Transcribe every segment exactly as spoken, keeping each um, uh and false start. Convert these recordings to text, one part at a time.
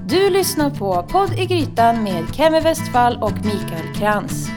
Du lyssnar på Podd i Grytan med Kemme Westfall och Mikael Krantz.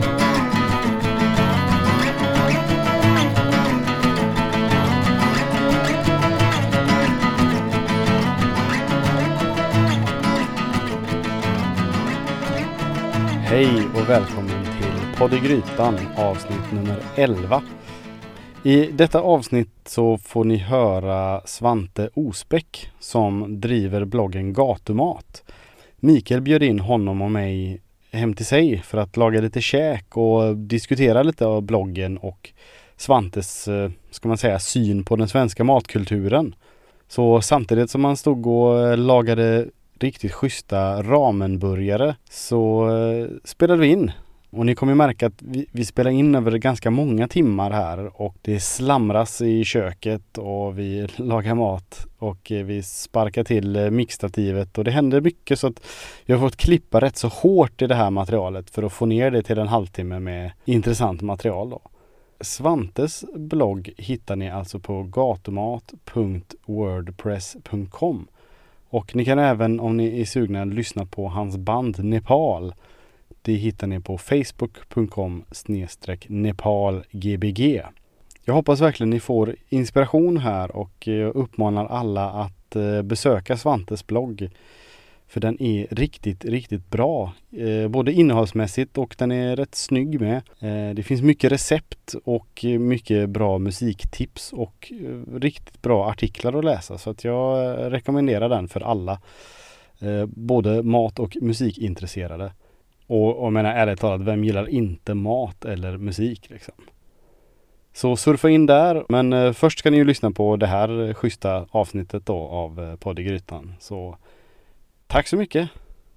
Hej och välkommen till Podd i Grytan, avsnitt nummer elva. I detta avsnitt så får ni höra Svante Osbeck som driver bloggen Gatumat. Mikael bjöd in honom och mig hem till sig för att laga lite käk och diskutera lite av bloggen och Svantes, ska man säga, syn på den svenska matkulturen. Så samtidigt som man stod och lagade riktigt schyssta ramenburgare så spelade vi in. Och ni kommer märka att vi, vi spelar in över ganska många timmar här och det slamras i köket och vi lagar mat och vi sparkar till mixstativet och det händer mycket så att vi har fått klippa rätt så hårt i det här materialet för att få ner det till en halvtimme med intressant material då. Svantes blogg hittar ni alltså på gatumat punkt wordpress punkt com och ni kan även, om ni är sugna, lyssna på hans band Nepal. Det hittar ni på facebook punkt com slash nepalgbg. Jag hoppas verkligen ni får inspiration här och jag uppmanar alla att besöka Svantes blogg. För den är riktigt, riktigt bra. Både innehållsmässigt och den är rätt snygg med. Det finns mycket recept och mycket bra musiktips och riktigt bra artiklar att läsa. Så att jag rekommenderar den för alla. Både mat- och musikintresserade. Och, och menar ärligt talat, vem gillar inte mat eller musik liksom? Så surfa in där, men eh, först ska ni ju lyssna på det här schyssta avsnittet då av eh, Podd i Grytan. Så tack så mycket.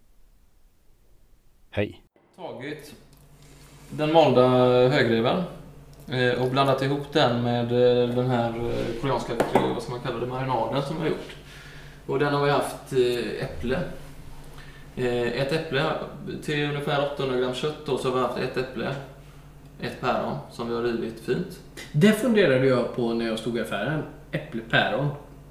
Hej. Tagit den malda högrivan eh, och blandat ihop den med eh, den här eh, koreanska, vad ska man kalla det, marinaden som vi har gjort. Och den har vi haft eh, äpple. Ett äpple till ungefär åttahundra gram kött och så har vi haft ett äpple, ett päron som vi har rivit fint. Det funderade jag på när jag stod i affären. Äpplepäron.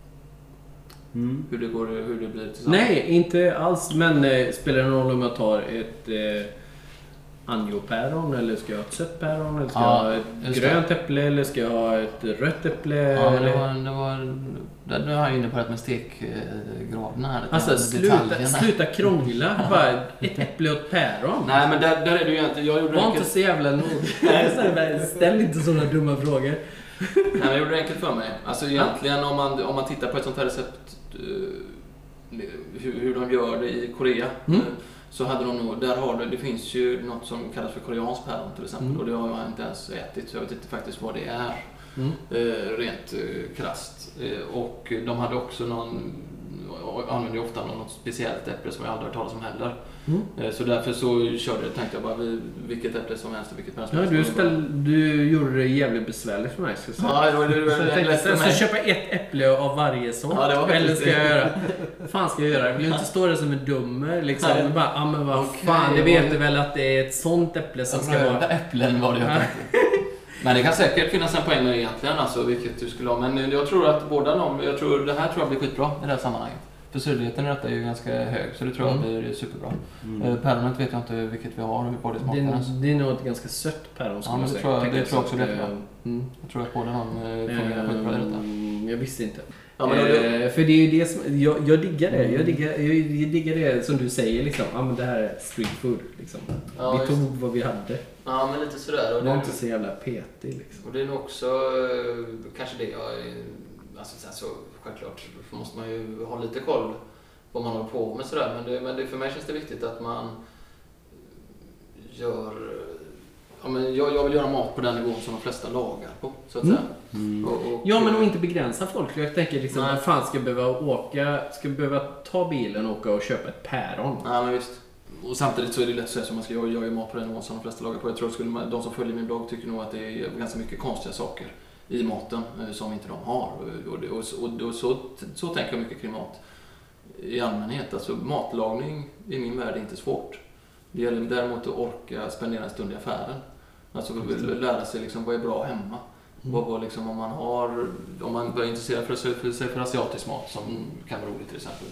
Mm. Hur det går, hur det blir tillsammans. Nej, inte alls. Men eh, spelar det någon roll om jag tar ett eh, anjopäron eller ska jag ha ett sött päron eller ska ja, jag ha ett grönt äpple eller ska jag ha ett rött äpple? Ja, men det var, det var nu har jag inne på det med stekgraderna här. Alltså sluta, sluta krångla. Bara ett äpple och ett päron. Nej, men där, där är det ju inte. Jag gjorde var inte så jävla nog. Ställ inte sådana dumma frågor. Nej, men jag gjorde det enkelt för mig. Alltså egentligen om man, om man tittar på ett sånt här recept uh, hur, hur de gör det i Korea. Mm. Så hade de nog, där har det, det finns ju något som kallas för koreansk päron till exempel. Mm. Och det har jag inte ens ätit så jag vet inte faktiskt vad det är. Mm. Eh, rent eh, krasst. Eh, och de hade också någon, använde ju ofta något speciellt äpple som jag aldrig hört talas om heller. Mm. Eh, så därför så körde jag, tänkte jag bara vilket äpple som helst och vilket päron som helst. Ja, du, ställ, du gjorde det jävligt besvärligt för mig ska jag säga. Ja, det var det, det, var så jag tänkte, så köpa ett äpple av varje sort. Ja, det var eller ska jag göra? Vad fan ska jag göra? Jag vill ju inte stå där som en dummer liksom. Nej. Bara, ah, men vad okay, fan, det vet du väl att det är ett sånt äpple som ska vara. Äpplen var det jag tänkte. Men det kan säkert finnas en poäng med egentligen, alltså, vilket du skulle ha. Men jag tror att båda de, jag tror det här tror jag blir skitbra i det här sammanhanget. För syrligheten i detta är ju ganska hög, så det tror jag mm. blir superbra. Mm. Päronet vet jag inte vilket vi har och hur det smakar. Det, det är nog ett ganska sött päron. Ja, men det tror jag, det tror jag också blir bra. Mm. Jag tror att båda de fungerar skitbra i detta. Jag visste inte. Ja, men eh, för det är ju det som, jag, jag diggar det, jag diggar, jag, jag diggar det som du säger liksom, ja men det här är street food liksom. Ja, vi tog vad vi hade. Ja, men lite sådär. Och det var inte så jävla petig liksom. Och det är nog också, kanske det jag, alltså så, så självklart måste man ju ha lite koll på vad man håller på med sådär, men det, men det, för mig känns det viktigt att man gör, ja men jag, jag vill göra mat på den nivån som de flesta lagar på, så att mm. säga. Mm. Och, och, ja, men om inte begränsa folk. Jag tänker liksom, vad fan ska jag behöva åka, ska jag behöva ta bilen och åka och köpa ett päron? Ja, men visst. Och samtidigt så är det lätt att säga som man ska jag gör mat på den nivån som de flesta lagar på. Jag tror att de som följer min blogg tycker nog att det är ganska mycket konstiga saker i maten som inte de har. Och, det, och, och, och så, så tänker jag mycket kring mat i allmänhet. Alltså matlagning i min värld är inte svårt. Det gäller däremot att orka spendera en stund i affären. Alltså lära sig liksom vad är bra hemma. Mm. Vad, vad liksom, om man har, om man börjar intressera för sig för, för asiatisk mat som kan vara roligt till exempel.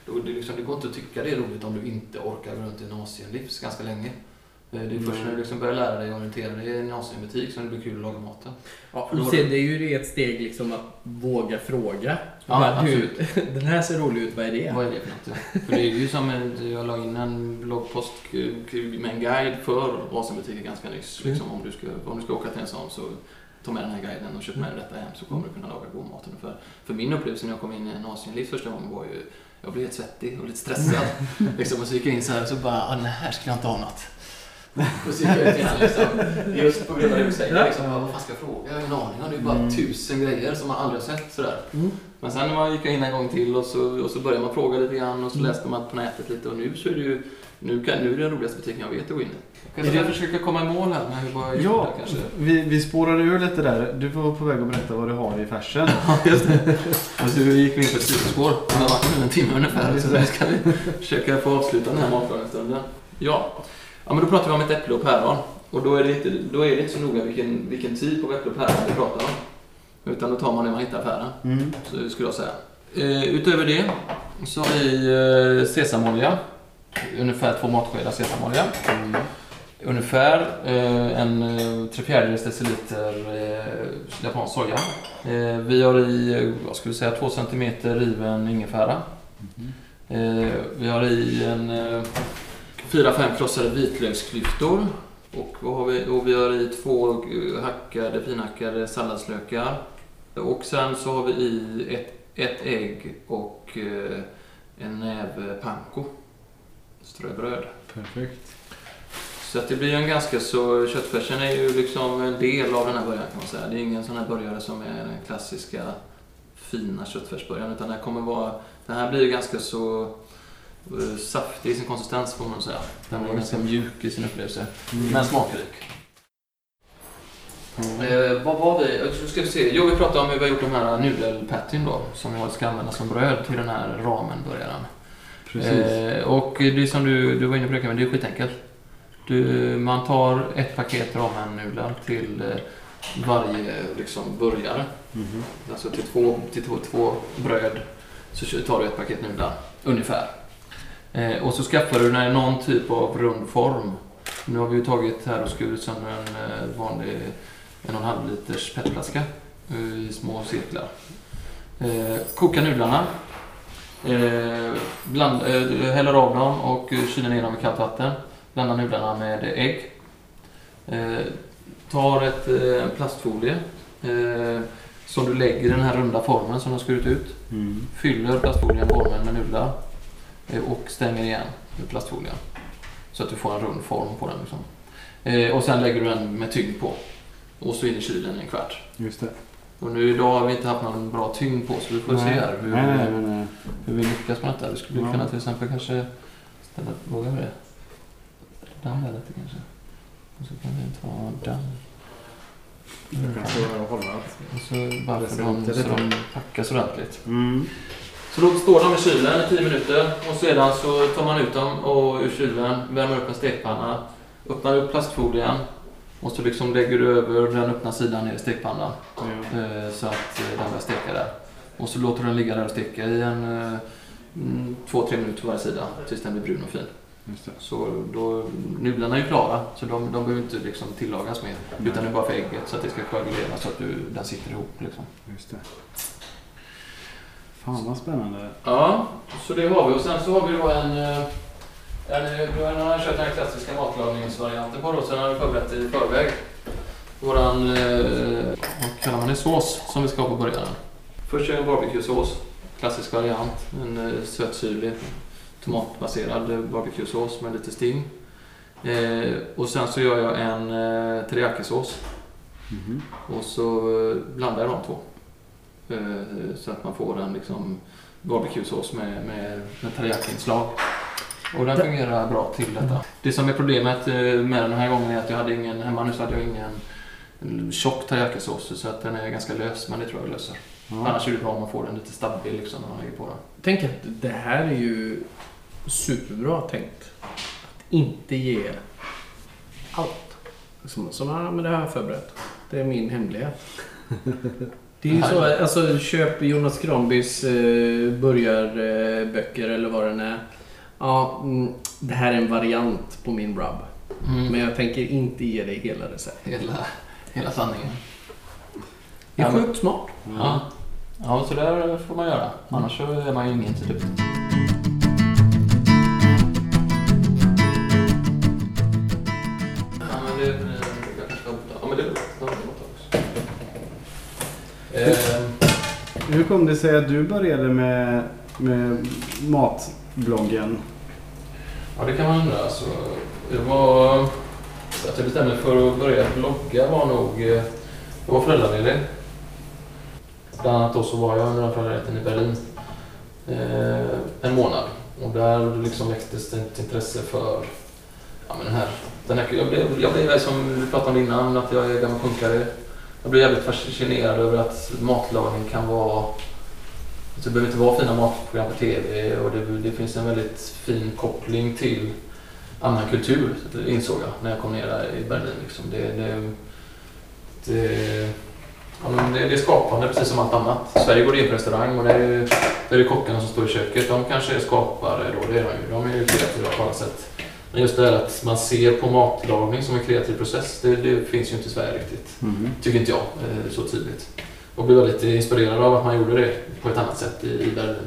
Och det, liksom, det går inte att tycka det är roligt om du inte orkar gå runt i en Asienlivs ganska länge. Det är först när du liksom börjar lära dig orientera dig i en Asienbutik som det blir kul att laga maten. Ja, och sen det är ju ett steg liksom att våga fråga. Ja, bara, du, den här ser rolig ut, vad är det? Vad är det för något? Ja. För det är ju som en, jag la in en bloggpost med en guide för Asienbutiker ganska nyss. Mm. Liksom, om, du ska, om du ska åka till en sån så ta med den här guiden och köp med dig detta hem så kommer du kunna laga god mat ungefär. För min upplevelse när jag kom in i en Asienliv första gången var ju, jag blev helt svettig och lite stressad. liksom, och så gick jag in så här och så bara, ah, nej, här ska jag inte ha något. Och så gick jag ut igen liksom, just på grund av det du säger, liksom, vad fan ska jag fråga? Jag har ingen aning, det är ju bara mm. tusen grejer som man aldrig har sett sådär. Mm. Men sen när man gick in en gång till och så, och så började man fråga lite grann och så mm. läste man på nätet lite och nu så är det ju, nu, kan, nu är det den roligaste butiken jag vet att gå in i. Kan jag försöka komma i mål här med hur bara ja, där, kanske? Vi, vi spårade ur lite där. Du var på väg att berätta vad du har i färsen. Ja, just det. Och så gick vi in på ett sidospår. Det har varit en timme ungefär så nu ska vi försöka få avsluta den här matlagningsstunden. Ja. Ja, men då pratar vi om ett äpple och päron. Och då är det inte, då är det inte så noga vilken, vilken typ av äpple och päron vi pratar om. Utan då tar man det man hittar i affären. Mm. Så skulle jag säga. Eh, utöver det så har vi eh, sesamolja. Ungefär två matskedar sesamolja. Mm. Ungefär eh, en eh, tre fjärdedels deciliter eh, japansk soja. Eh, vi har i, vad ska vi säga, två centimeter riven ingefära. Mm. Eh, vi har i en... Eh, Fyra, fem krossade vitlöksklyftor och, vad har vi? och vi har i två hackade, finhackade salladslökar. Och sen så har vi i ett, ett ägg och eh, en näve panko. Ströbröd. Perfekt. Så att det blir en ganska så, köttfärsen är ju liksom en del av den här början kan man säga. Det är ingen sån här börjare som är den klassiska fina köttfärsbörjan utan det här kommer vara, det här blir ganska så saftig i sin konsistens får man säga. Den är ganska mjuk i sin upplevelse. Mm. Men smakrik. Mm. Eh, vad var vi? Jag ska vi se. Jo, vi pratade om hur vi har gjort de här nudelpattin då. Som vi ska använda som bröd till den här ramen början. Precis. Eh, och det som du, du var inne på det, men det är skitenkelt. Du, man tar ett paket ramen-nudlar till eh, varje liksom, burgare. Mm. Alltså till två, till två, två bröd så tar du ett paket nudlar. Ungefär. Eh, och så skaffar du någon typ av rund form. Nu har vi ju tagit här och skurit som en eh, vanlig en och en halv liters petflaska eh, i små cirklar. Eh, koka nudlarna. Eh, bland, eh, häller av dem och kyler ner dem i kallt vatten. Blanda nudlarna med ägg. Eh, tar ett eh, plastfolie eh, som du lägger i den här runda formen som du har skurit ut. Mm. Fyller plastfolien formen med nudlar. Och stänger igen med plastfolien. Så att du får en rund form på den. Liksom. Eh, och sen lägger du den med tyngd på. Och så in i kylen i en kvart. Just det. Och nu idag har vi inte haft någon bra tyngd på så vi får nej. se här hur, nej, nej, nej, nej. hur vi lyckas med detta. Vi skulle ja. kunna till exempel kanske ställa, vågar vi det? Den där lite kanske. Och så kan vi ta den. Du kan stå här och hålla. Och så bara för dem så de packas ordentligt. Mm. Så då står de i kylen i tio minuter och sedan så tar man ut dem och ur kylen, värmer upp en stekpanna, öppnar upp plastfolien och så liksom lägger du över den öppna sidan ner i stekpannan mm. så att den börjar steka där. Och så låter den ligga där och steka i en två, tre minuter på varje sida tills den blir brun och fin. Just det. Så då, nudlarna är ju klara så de, de behöver inte liksom tillagas mer mm. utan det är bara för ägget så att det ska koagulera så att du, den sitter ihop. Liksom. Just det. Fan vad spännande. Ja, så det har vi. Och sen så har vi då en... en du har kört den här klassiska matlagningsvarianten på då. Sen har vi förberett i förväg. Våran... Eh, vad kallar man det? Sås som vi ska ha på början. Först kör jag en barbecue-sås. Klassisk variant. En eh, sötsyrlig tomatbaserad barbecue-sås med lite sting. Eh, och sen så gör jag en eh, teriyaki-sås. Mm-hmm. Och så eh, blandar jag de två. Så att man får en liksom barbecue-sås med, med, med teriyaki-inslag. Och den fungerar bra till detta. Det som är problemet med den här gången är att jag hade ingen, hemma nu så hade jag ingen tjock teriyaki-sås så att den är ganska lös, men det tror jag löser. Mm. Annars är det bra om man får den lite stabil liksom när man lägger på den. Tänk att det här är ju superbra tänkt. Att inte ge allt. Som, som ja, men det har jag förberett. Det är min hemlighet. Det är ju så, alltså köp Jonas Granbys eh, börjarböcker eh, eller vad den är. Ja, mm, det här är en variant på min rub. Mm. Men jag tänker inte ge dig hela recept. Hela, hela sanningen. Det är sjukt smart. Mm. Ja. Ja, så där får man göra. Annars så är man ju ingen till slut. Ja, men det är... Ja, men det är bra. Hur kom det sig att du började med, med matbloggen? Ja, det kan man undra. Alltså, det var... Att jag bestämde mig för att börja blogga var nog... Jag var föräldraledig. Bland annat då så var jag under den föräldraledigheten i Berlin eh, en månad. Och där liksom väcktes ett intresse för ja, men den här... Den här jag, blev, jag blev som vi pratade om innan, att jag är gammal punkare. Jag blev jävligt fascinerad över att matlagning kan vara... Det behöver inte vara fina matprogram på tv och det, det finns en väldigt fin koppling till annan kultur, insåg jag när jag kom ner där i Berlin. Liksom. Det, det, det, ja, men det, det är skapande precis som allt annat. Sverige går in på restaurang och det är, det är kockarna som står i köket. De kanske är skapare då, det är de ju. De är ju kreativa på alla sätt. Men just det här att man ser på matlagning som en kreativ process, det, det finns ju inte i Sverige riktigt. Mm. Tycker inte jag, så tydligt. Och blev lite inspirerad av att man gjorde det på ett annat sätt i, i Berlin.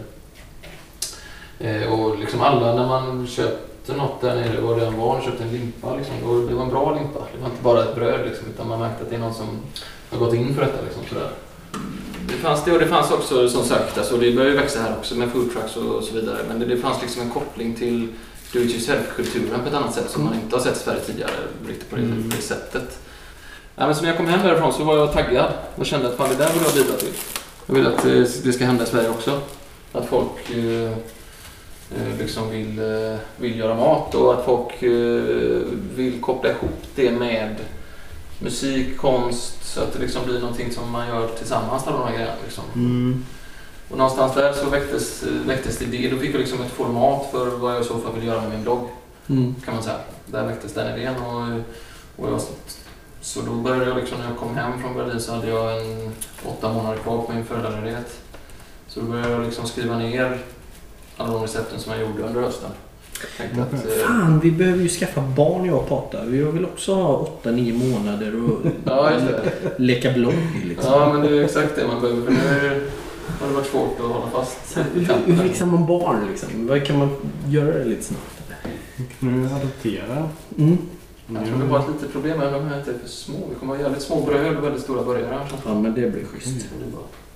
Eh, och liksom alla, när man köpte något där nere, vad det än var, köpte en limpa liksom, och det var en bra limpa. Det var inte bara ett bröd liksom, utan man märkte att det är någon som har gått in för detta liksom, sådär. Det fanns det, och det fanns också som sagt, alltså, det började växa här också med food trucks och så vidare, men det, det fanns liksom en koppling till do-it-yourself-kulturen på ett annat sätt som man inte har sett i Sverige tidigare, riktigt på det, mm. det sättet. Ja, men så när jag kom hem därifrån så var jag taggad och kände att fan, det där vill jag bidra till. Jag vill att det ska hända i Sverige också. Att folk eh, liksom vill, eh, vill göra mat och att folk eh, vill koppla ihop det med musik, konst, så att det liksom blir någonting som man gör tillsammans av de här grejerna. Liksom. Mm. Och någonstans där så väcktes, väcktes det idé. Då fick jag liksom ett format för vad jag i så fall vill göra med min blogg. Mm. Kan man säga. Där väcktes den idén och, och jag... Så då började jag liksom, när jag kom hem från Berlin så hade jag en åtta månader kvar på min föräldraledighet. Så då började jag liksom skriva ner alla de recepten som jag gjorde under hösten. Mm. Att, eh... Fan, vi behöver ju skaffa barn jag pratar. Vi vill också ha åtta nio månader och ja, just det. Leka blogg liksom. Ja, men det är exakt det man behöver. För nu har det varit svårt att hålla fast. Hur, hur fixar man barn liksom? Vad kan man göra det lite snabbt? Kan du adoptera? Mm. Jag tror det var ett litet problem med de här inte är för små. Vi kommer ha jävligt små bröd och väldigt stora burgare. Ja, men det blir schysst. Mm.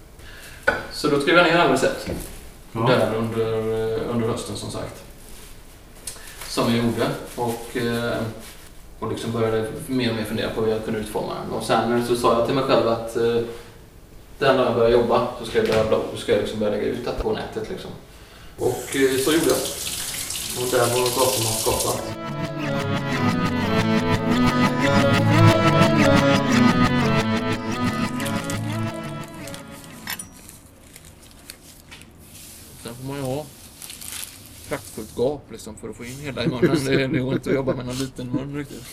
Så då skrev jag ner alla recept. Ja. Där under, under hösten som sagt. Som jag gjorde. Och, och liksom började mer och mer fundera på hur jag kunde utforma den. Och sen så sa jag till mig själv att den dagen jag började jobba så ska jag börja blogg. Så ska jag liksom börja lägga ut detta på nätet. Liksom. Och så gjorde jag. Och där var gatorna skapat. Sen får man ju ha praktfullt gap liksom, för att få in hela i munnen. Det, det går inte att jobba med någon liten mun riktigt.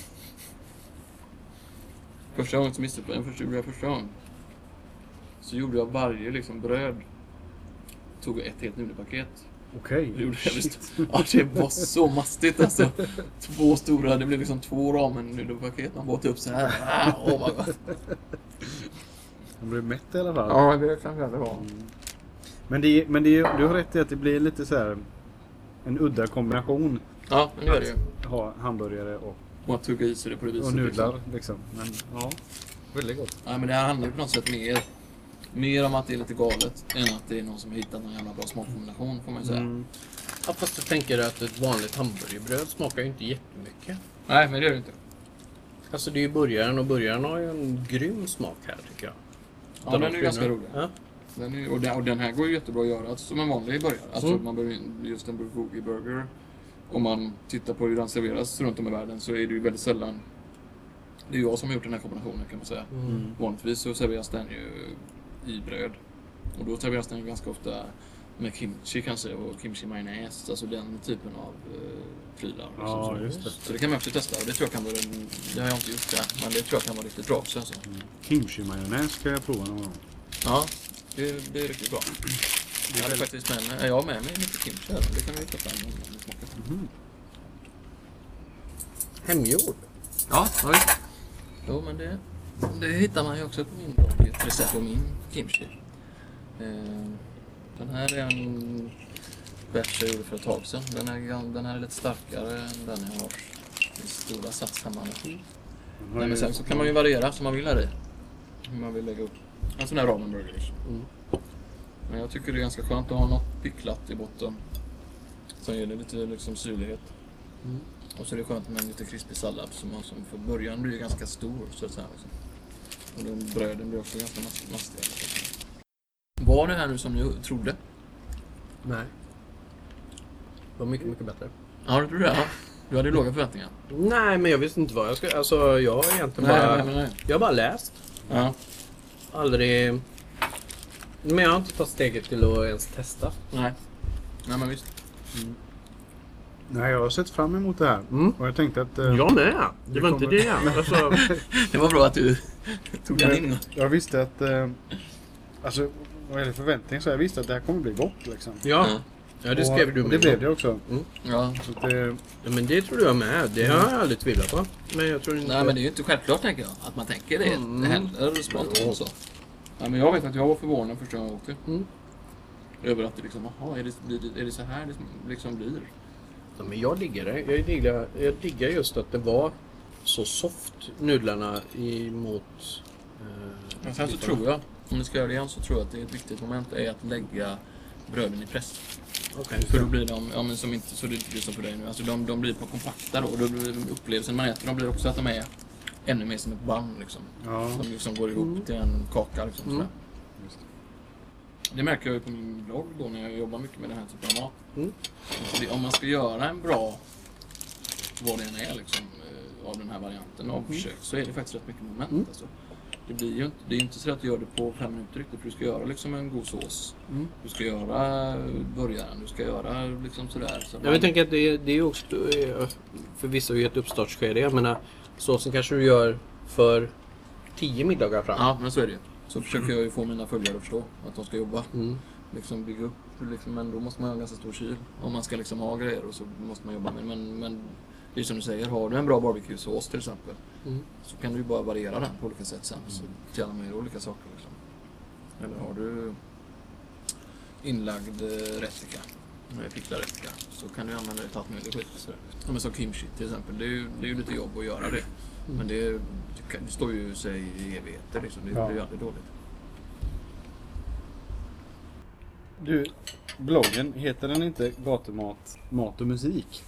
Första gången som missade på den första, gjorde jag första gången. Så gjorde jag varje liksom, bröd. Tog ett helt nudelpaket. Okej. Okay. Ja, det var så mastigt alltså. Två stora, det blev liksom två ramen nudelpaket. Man båt upp så här. Åh, vad gott. Man blev mätt i alla fall. Ja, det kanske det var. Mm. Men, det, men det, du har rätt i att det blir lite så här en udda kombination. Ja, men det är det ju. Ha hamburgare och... Och att tugga i sig det på det viset. Och nudlar liksom. Men ja, väldigt gott. Ja, men det här handlar ju på något sätt mer... Mer om att det är lite galet än att det är någon som har hittat någon jävla bra smakkombination, får man ju säga. Mm. Ja, fast jag tänker att ett vanligt hamburgerbröd smakar ju inte jättemycket. Nej, men det är det inte. Alltså det är ju burgaren, och burgaren har ju en grym smak här, tycker jag. Ja, den, den är ju ganska rolig. Ja. Den är, och, den, och den här går ju jättebra att göra alltså, som en vanlig burgare. Alltså mm. man behöver just en bulgogi burger. Om man tittar på hur den serveras runt om i världen så är det ju väldigt sällan... Det är jag som har gjort den här kombinationen, kan man säga. Mm. Vanligtvis så serveras den ju i bröd. Och då serveras den ju ganska ofta med kimchi kanske och kimchi majonnäs, alltså den typen av uh, prylar. Ja, just det. Så det kan man också testa, och det tror jag kan vara, det har jag inte gjort där, men det tror jag kan vara riktigt bra också. Alltså. Mm. Kimchi majonnäs ska jag prova någon gång. Ja, det, det är riktigt bra. Jag hade faktiskt med mig, jag har med mig lite kimchi här. Det kan vi ta fram om ni smakar. Mm. Hemgjord? Ja, ja visst. Jo, men det, det hittar man ju också på min blogg. Ett recept på min kimchi. Eh, den här är en batch jag gjorde för ett tag sedan. Den här, den här är lite starkare än den jag har i stora sats hemma nu. Mm. Nej, men sen så kan man ju variera som man vill här i. Hur man vill lägga upp en sån här ramen burgers. Mm. Men jag tycker det är ganska skönt att ha något picklat i botten. Sen ger det lite liksom syrlighet. Mm. Och så är det skönt med en lite krispig sallad som, som för början blir ganska stor så att säga. Liksom. Och den bröden blir också ganska mastiga. Var det här nu som du trodde? Nej. Det var mycket, mycket bättre. Ja, du trodde det? Ja. Du hade låga förväntningar. Nej, men jag visste inte vad jag ska... Alltså, jag har egentligen nej, bara... Nej, nej, nej. Jag har bara läst. Ja. Aldrig... Men jag har inte tagit steget till att ens testa. Nej. Nej, men visst. Mm. Nej, jag har sett fram emot det här. Mm. Och jag tänkte att... Eh, jag med. Det var kommer... inte det. Alltså... det var bra att du tog den in. Jag visste att... Eh, alltså, vad är det förväntning? Så jag visste att det här kommer bli gott liksom. Ja. Ja. Ja, det skrev och, du med. Och det blev det också. Mm. Ja. Så det... ja, men det tror jag med. Det har jag aldrig tvivlat på. Men jag tror inte... Nej, men det är ju inte självklart, tänker jag. Att man tänker det. Mm. Det händer spontant så. Ja, men jag vet att jag var förvånad första gången jag åkte. Mm. Över att det liksom, jaha, är det, är det så här det liksom blir? Ja, men jag diggar det. Jag diggar, jag diggar just att det var så soft, nudlarna emot... Eh, men sen så tror jag, om ni ska göra det igen, så tror jag att det är ett viktigt moment är att lägga bröden i press. Okay. För då blir de, ja men som inte, så det är inte som för dig nu, alltså de, de blir på kompakta då, och då blir upplevelsen man äter, de blir också att de är ännu mer som ett band liksom. Ja. De liksom går ihop mm. till en kaka liksom. Mm. Just det. Det märker jag ju på min blogg då när jag jobbar mycket med den här typen av mat. Mm. Det, om man ska göra en bra, vad det än är liksom, av den här varianten av mm. försök, så är det faktiskt rätt mycket moment mm. alltså. Det blir ju inte, det är inte så att du gör det på fem minuter riktigt, för du ska göra liksom en god sås. Mm. Du ska göra burgaren, du ska göra liksom sådär. Så jag tänker att det, det är ju också för vissa i ett uppstartsskede. Jag menar, såsen kanske du gör för tio middagar fram. Ja, men så är det ju. Så försöker jag ju få mina följare att förstå att de ska jobba. Mm. Liksom bygga upp, liksom, men då måste man ha en ganska stor kyl. Om man ska liksom ha grejer, och så måste man jobba med. Men, men det är som du säger, har du en bra barbecue-sås till exempel, mm. så kan du ju bara variera den på olika sätt sen. Mm. Så tjänar man ju olika saker liksom. Eller har du inlagd rättika, med picklad rättika, så kan du använda det till allt möjligt skit. Ja, men som kimchi till exempel, det är ju, det är ju lite jobb att göra det. Mm. Men det, det står ju sig i evigheter liksom, det blir ju aldrig dåligt. Du, bloggen, heter den inte Gatumat, mat och musik?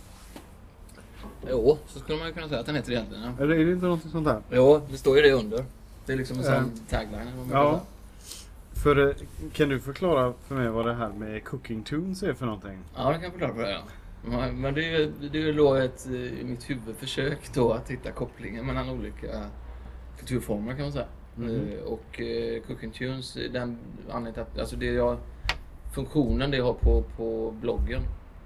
Jo, så skulle man ju kunna säga att den heter egentligen. Ja. Eller är det inte något sånt där? Jo, det står ju det under. Det är liksom en sån mm. tagline. Ja. För, kan du förklara för mig vad det här med Cooking Tunes är för någonting? Ja, det kan jag förklara för dig. Ja. Men det är, det är då ett, i mitt huvudförsök då att hitta kopplingen mellan olika kulturformer kan man säga. Mm. Och uh, Cooking Tunes, den anledningen att, alltså det jag, funktionen det jag har på, på bloggen,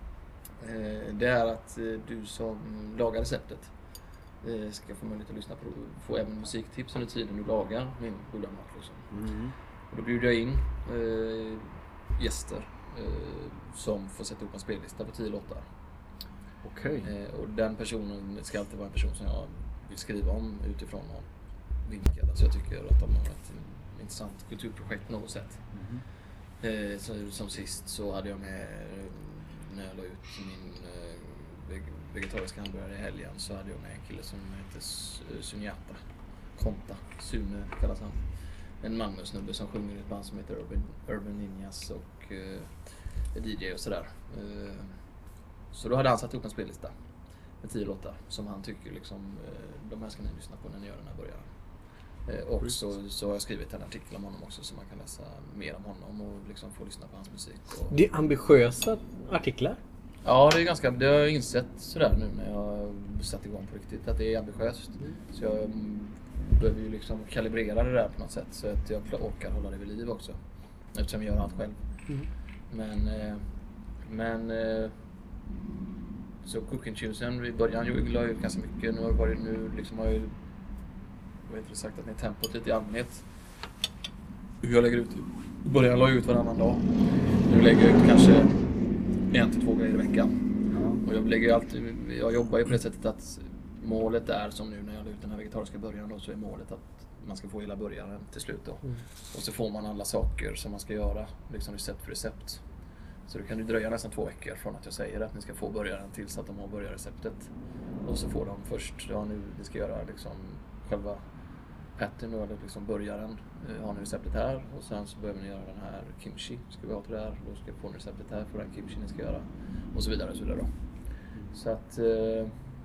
uh, det är att uh, du som lagar receptet uh, ska få möjlighet att lyssna på, få även musiktips under tiden du lagar min goda mat liksom. Mm. Och då bjuder jag in uh, gäster uh, som får sätta upp en spellista på tio låtar. Okej. Okay. Uh, och den personen ska alltid vara en person som jag vill skriva om utifrån någon vinkel. Alltså jag tycker att de har ett intressant kulturprojekt på något sätt. Mm. Eh, så, som sist så hade jag med, när jag la ut min eh, vegetariska hamburgare i helgen, så hade jag med en kille som heter Sunyata Konta, Sune kallas han. En Malmö-snubbe som sjunger i ett band som heter Urban, Urban Ninjas och eh, är D J och sådär. Eh, så då hade han satt upp en spellista med tio låtar som han tycker liksom, eh, de här ska ni lyssna på när ni gör den här början. Eh, och så, så har jag skrivit en artikel om honom också så man kan läsa mer om honom och liksom få lyssna på hans musik. Och... Det är ambitiösa artiklar? Ja, det är ganska, det har jag insett sådär nu när jag satt igång på riktigt, att det är ambitiöst. Mm. Så jag mm, behöver ju liksom kalibrera det där på något sätt så att jag orkar hålla det vid liv också. Eftersom jag gör allt själv. Mm. Men, eh, men eh, så Cooking Tunesen i början jag la ut ganska mycket. Nu har det varit, nu liksom har jag, jag vet inte sagt att ni tempot lite i allmänhet hur jag lägger ut. I början la jag ut varannan dag. Nu lägger jag ut kanske en till två grejer i veckan. Ja. Och jag lägger alltid, jag jobbar ju på det sättet att målet är som nu när jag la ut den här vegetariska början då, så är målet att man ska få hela början till slut då. Mm. Och så får man alla saker som man ska göra, liksom recept för recept. Så det kan ju dröja nästan två veckor från att jag säger att ni ska få börjaren tills att de har börjarreceptet. Och så får de först, ja nu vi ska göra liksom själva pattern då, eller liksom börjaren. Eh, har ni receptet här och sen så behöver ni göra den här kimchi. Ska vi ha till det här, då ska vi få receptet här för den kimchi ni ska göra. Och så vidare och så vidare då. Så att... Eh,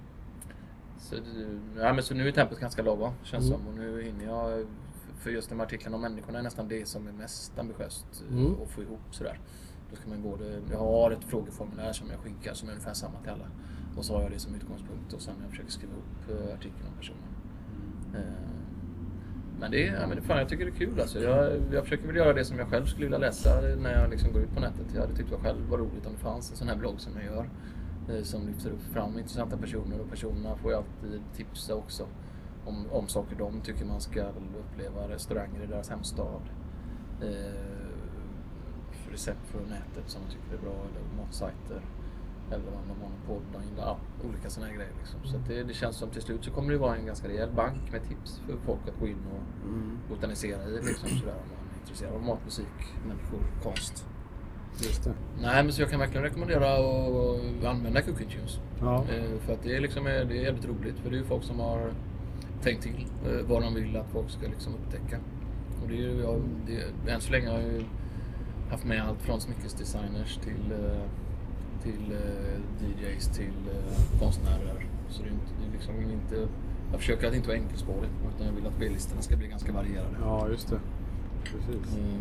så, ja, men så nu är tempot ganska lagom, känns mm. som. Och nu hinner jag, för just de här artiklarna om människorna är nästan det som är mest ambitiöst mm. att få ihop sådär. Då ska man både, jag har ett frågeformulär som jag skickar som är ungefär samma till alla. Och så har jag det som utgångspunkt och sen jag försöker skriva ihop artikeln om personen. Mm. Men det är, ja, men det, fan, jag tycker det är kul alltså. Jag, jag försöker väl göra det som jag själv skulle vilja läsa när jag liksom går ut på nätet. Jag hade tyckt det var själv var roligt om det fanns en sån här blogg som jag gör. Som lyfter upp fram intressanta personer, och personerna får ju alltid tipsa också om, om saker de tycker man ska uppleva, restauranger i deras hemstad, eh, recept från nätet som de tycker är bra, eller matsajter, eller om de har någon podd, ja, olika sådana här grejer liksom. Så att det, det känns som till slut så kommer det vara en ganska rejäl bank med tips för folk att gå in och mm. botanisera i liksom, sådär, om man är intresserad av mat, musik, människor, konst. Just det. Nej, men så jag kan verkligen rekommendera att använda Cooking Tunes. Ja. För att det är, liksom, det är jävligt roligt. För det är ju folk som har tänkt till vad de vill att folk ska liksom upptäcka. Och det är ju, ja, det, än så länge har jag ju haft med allt från smyckesdesigners till, till D Js till konstnärer. Så det är, inte, det är liksom inte... Jag försöker att inte vara enkelspårigt, utan jag vill att spellistorna ska bli ganska varierade. Ja, just det. Precis. Mm.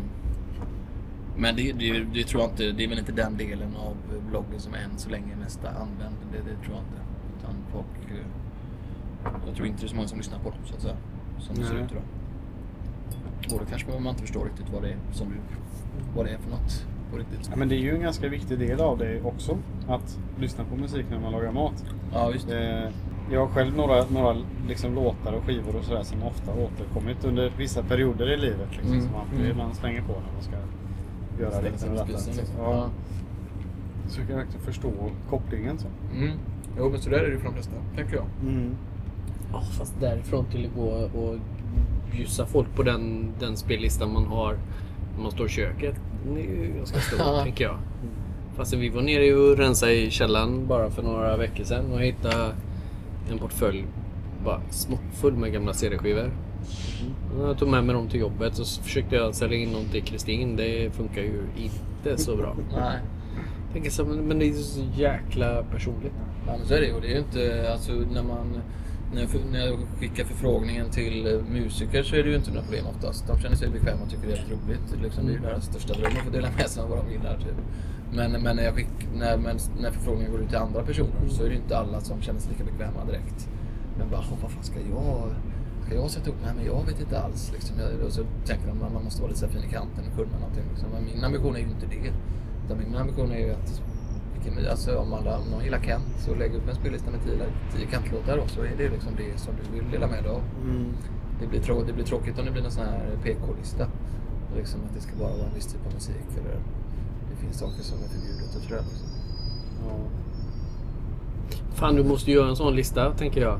Men det, det, det tror jag inte, det är väl inte den delen av bloggen som än så länge är mest använd. Det, det tror jag inte. Utan folk, jag tror inte det är så många som lyssnar på dem så att säga. Som det ser ut idag. Och då kanske man inte förstår riktigt vad det är som du, vad det är för något på riktigt. Ja, men det är ju en ganska viktig del av det också. Att lyssna på musik när man lagar mat. Ja, just det. Jag har själv några, några liksom låtar och skivor och sådär som ofta återkommit under vissa perioder i livet. Liksom, mm. Som man, mm. man slänger på när man ska göra det och detta. Ja. Så jag kan verkligen förstå kopplingen så. Mm. Jo, men så där är det ju för de flesta, tänker jag. Mm. Ja, fast därifrån till att gå och bjussa folk på den, den spellistan man har när man står i köket, det är ju ganska stort, tänker jag. Fast vi var nere och rensade i källaren bara för några veckor sedan och hittade en portfölj bara smockfull med gamla C D-skivor. Mm. Jag tog med mig dem till jobbet och så försökte jag sälja in dem till Kristin. Det funkar ju inte så bra. Nej. Tänker så, men det är så jäkla personligt. Ja, men så är det ju. Det är ju inte, alltså när man när jag, när jag skickar förfrågningen till musiker så är det ju inte några problem oftast. De känner sig bekväma och tycker det är helt roligt. Liksom, det är ju deras största dröm att få dela med sig av vad de gillar. Typ. Men, men när, jag skick, när, men när förfrågningen går ut till andra personer så är det inte alla som känner sig lika bekväma direkt. Men bara, vad fan ska jag... Ska jag sätta upp? Nej, men jag vet inte alls. Liksom. Jag, och så tänker de att man måste vara lite så fin i kanten och kunna någonting. Liksom. Men min ambition är ju inte det. Utan min ambition är ju att vilken, alltså, om, alla, om någon gillar Kent så lägger upp en spellista med tio, tio Kent-låtar och så är det liksom det som du vill dela med dig av. Mm. Det, blir trå- det blir tråkigt om det blir en sån här P K-lista. Liksom att det ska bara vara en viss typ av musik. Eller det finns saker som är förbjudet och sådär. Liksom. Ja. Fan, du måste göra en sån lista, tänker jag.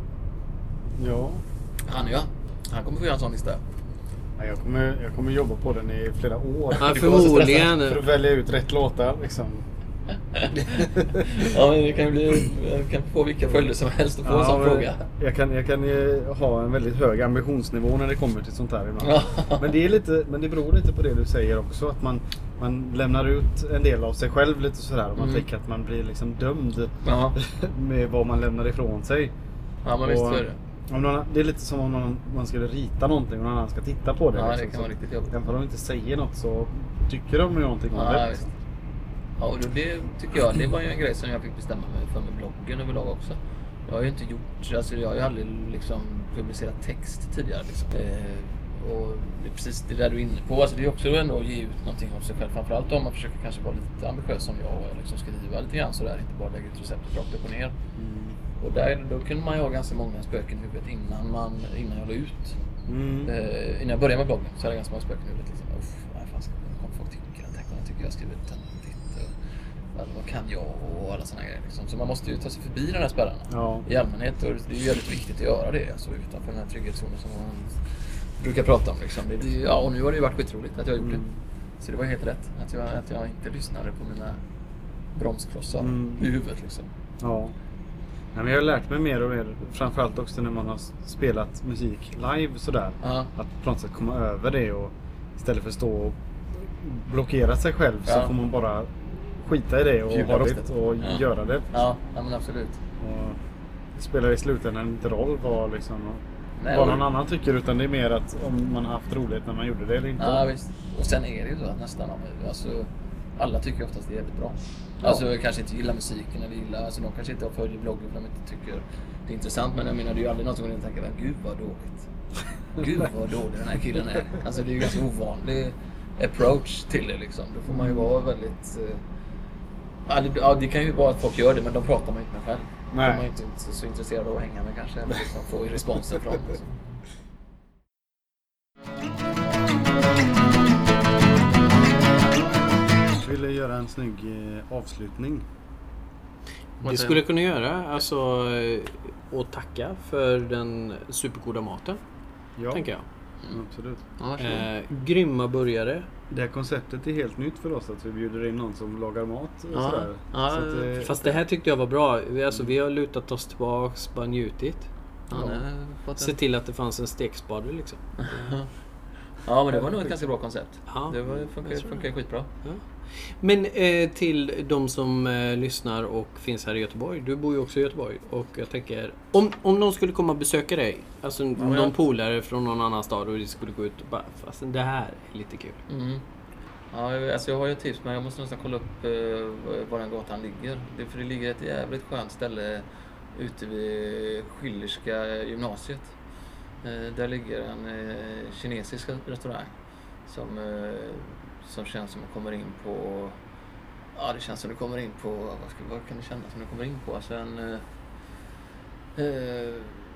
Ja. Han ja. Han kommer få göra en sån lista. Ja, jag, kommer, jag kommer jobba på den i flera år. Ja, förmodligen. För att välja ut rätt låtar liksom. Ja, men det kan bli, jag kan få vilka följder som helst att få ja, en sån fråga. Jag kan, jag kan ha en väldigt hög ambitionsnivå när det kommer till sånt här ibland. men, det är lite, men det beror lite på det du säger också. Att man, man lämnar ut en del av sig själv lite sådär. Och man mm. tänker att man blir liksom dömd med vad man lämnar ifrån sig. Ja, men visst är det. Om någon, det är lite som om någon, man skulle rita någonting och någon annan ska titta på det. Ja, liksom. det kan vara riktigt jobbigt. Även om de inte säger något så tycker de ju någonting om ja, det. Visst. Ja, och det tycker jag, det var ju en grej som jag fick bestämma mig för med bloggen överlag också. Jag har ju inte gjort, alltså jag har ju aldrig liksom publicerat text tidigare liksom. Eh, och det är precis det där du är inne på, alltså det är också ändå att ge ut någonting om sig själv. Framförallt om man försöker kanske vara lite ambitiös som jag och liksom skriva lite grann sådär, inte bara lägga ut receptet rakt upp och ner. Mm. Och där, då kunde man ju ha ganska många spöken i huvudet innan, man, innan jag la ut Mm. Eh, innan jag började med bloggen så hade jag ganska många spöken i huvudet. Liksom, uff, vad fan ska kommer folk tycka? Tänk om de tycker jag skriver töntigt. Vad, vad kan jag och alla såna grejer. Liksom. Så man måste ju ta sig förbi den här spärrarna Ja. i allmänhet. Och det är ju väldigt viktigt att göra det. Alltså, utanför den här trygghetszonen som man brukar prata om. Liksom. Det blir, ja, och nu har det ju varit skitroligt att jag gjort Mm. det. Så det var helt rätt. Att jag, att jag inte lyssnade på mina bromsklossar Mm. i huvudet. Liksom. Ja. Ja, men jag har lärt mig mer och mer, framförallt också när man har spelat musik live sådär. Ja. Att på något sätt komma över det och istället för att stå och blockera sig själv Ja. så får man bara skita i det och Bjuda ha upp roligt det. och Ja. göra det. Ja, ja, men absolut. Och det spelar i slutändan inte roll vad, liksom, Nej, vad och- någon annan tycker, utan det är mer att om man har haft roligt när man gjorde det eller inte. Ja, visst. Och sen är det ju så att nästan alltså, alla tycker ju oftast det är jävligt bra. Alltså kanske inte gillar musiken eller gillar, alltså de kanske inte har följt bloggen för de inte tycker det är intressant, men jag menar det är ju aldrig någon som går in och tänker gud vad dåligt. Gud vad dålig den här killen är. Alltså det är ju ganska ovanlig approach till det liksom. Då får man ju vara väldigt eh, ja, det, ja, det kan ju vara att folk gör det, men de pratar man ju inte med själv. Nej. De är ju inte så intresserade av att hänga med kanske, eller liksom få responser från liksom. Jag ville göra en snygg eh, avslutning. Det skulle jag kunna göra. Alltså, eh, och tacka för den supergoda maten, Ja, tänker jag. mm. absolut. Ja, varsågod. Eh, grymma burgare. Det här konceptet är helt nytt för oss, att vi bjuder in någon som lagar mat och Ja. sådär. Ja, Så att, eh, Fast det här tyckte jag var bra. Vi, alltså, vi har lutat oss tillbaks, bara njutit. Ja, nej, fått Se en- till att det fanns en stekspade liksom. Ja, men det var nog ett ganska bra koncept. Ja, Det var, funkar, jag tror funkar skitbra. Ja. Men eh, till de som eh, lyssnar och finns här i Göteborg. Du bor ju också i Göteborg. Och jag tänker, om, om någon skulle komma och besöka dig. Alltså någon ja. polare från någon annan stad och det skulle gå ut och bara, fast det här är lite kul. Mm. Ja, jag- alltså jag har ju ett tips, men jag måste nästan kolla upp eh, var den gatan ligger. Det, för det ligger ett jävligt skönt ställe ute vid Schillerska gymnasiet. Eh, där ligger en eh, kinesisk restaurang som, eh, som känns som att kommer in på... Ja, det känns som att du kommer in på... Vad, ska, vad kan det kännas som att du kommer in på? Alltså en... Eh, eh,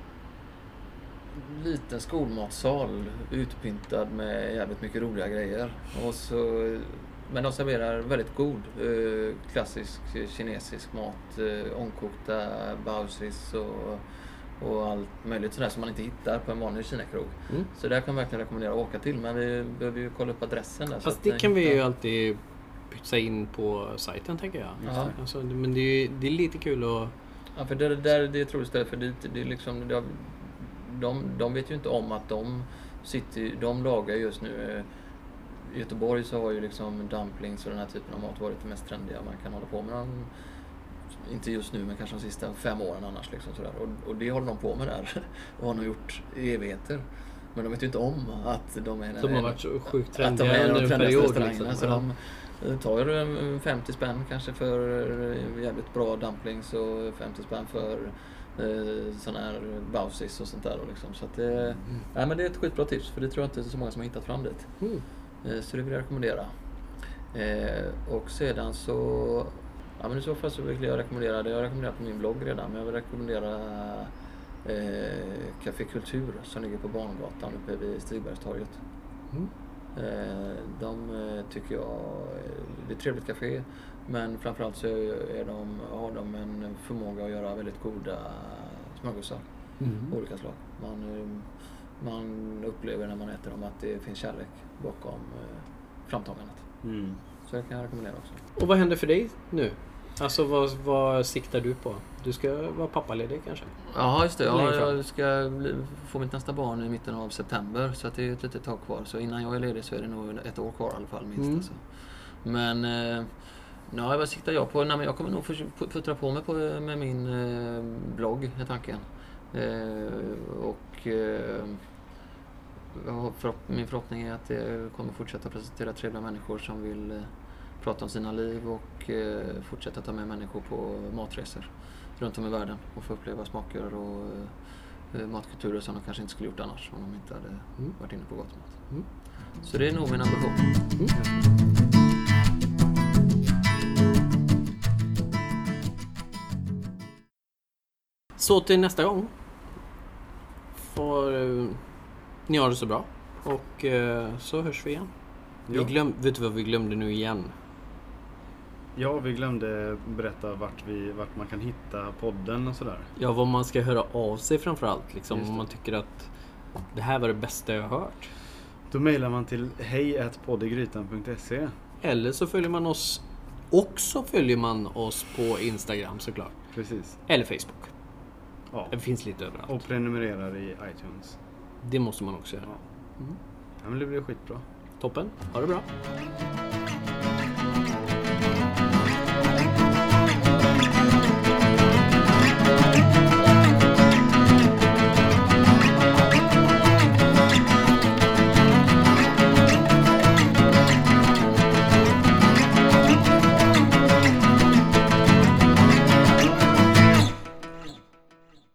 liten skolmatsal utpyntad med jävligt mycket roliga grejer. Och så, men de serverar väldigt god eh, klassisk kinesisk mat. Eh, ångkokta baoziris och, och allt möjligt sådär som man inte hittar på en vanlig kinakrog. Mm. Så där kan jag verkligen rekommendera att åka till. Men vi behöver ju kolla upp adressen där. så Fast att det ni kan vi hittar- ju alltid pytsa in på sajten, tänker jag. Ja. Alltså, men det är, det är lite kul att... Ja, för det, där, det är ett roligt ställe för dit, det är liksom, det, de, de vet ju inte om att de sitter, de lagar just nu, i Göteborg så har ju liksom dumplings och den här typen av mat varit det mest trendiga man kan hålla på med. De, inte just nu, men kanske de sista fem åren annars liksom sådär. Och, och det håller de på med där och har nog gjort i evigheter. Men de vet ju inte om att de är... De har varit så sjukt att de är trendiga en av under de en trendigaste period. restaurangerna. Liksom. Så de tar ju femtio spänn kanske för jävligt bra dumplings och femtio spänn för eh, sån här baoziris och sånt där. Och liksom. Så att det, Mm. nej, men det är ett skitbra tips, för det tror jag inte är så många som har hittat fram dit. Mm. Eh, så det vill jag rekommendera. Eh, och sedan så... Ja, men i så fall så vill jag rekommendera det. Jag har rekommenderat på min blogg redan, men jag vill rekommendera eh, Café Kultur som ligger på Barngatan uppe vid Stigbergstorget. Mm. Eh, de eh, tycker jag, eh, det är ett trevligt café, men framförallt så är de, har de en förmåga att göra väldigt goda smörgåsar Mm. av olika slag. Man, eh, man upplever när man äter dem att det finns kärlek bakom eh, framtagandet. Mm. Så det kan jag rekommendera också. Och vad händer för dig nu? Alltså vad, vad siktar du på? Du ska vara pappaledig kanske? Ja, just det. Ja, Längre fram. jag ska bli, få mitt nästa barn i mitten av september, så att det är ett litet tag kvar. Så innan jag är ledig så är det nog ett år kvar i alla fall minst. Mm. Alltså. Men eh, ja, vad siktar jag på? Nej, men jag kommer nog puttra på mig på, med min eh, blogg, är tanken. Eh, och eh, jag har förhopp- min förhoppning är att det kommer fortsätta presentera trevliga människor som vill eh, prata om sina liv och eh, fortsätta ta med människor på matresor runt om i världen och få uppleva smaker och eh, matkulturer som de kanske inte skulle gjort annars om de inte hade Mm. varit inne på Gotland. Mm. Så det är nog min ambition. Så till nästa gång får, eh, Ni har det så bra. Och eh, så hörs vi igen. Vi Ja. glöm, vet du vad vi glömde nu igen? Ja, vi glömde berätta vart, vi, vart man kan hitta podden och sådär. Ja, vad man ska höra av sig framförallt. Liksom, Just det. om man tycker att det här var det bästa jag har hört. Då mejlar man till hej at poddegrytan punkt se. Eller så följer man oss. Och så följer man oss på Instagram såklart. Precis. Eller Facebook. Ja. Det finns lite överallt. Och prenumererar i iTunes. Det måste man också göra. Ja. Ja, men det blir skitbra. Toppen. Ha det bra.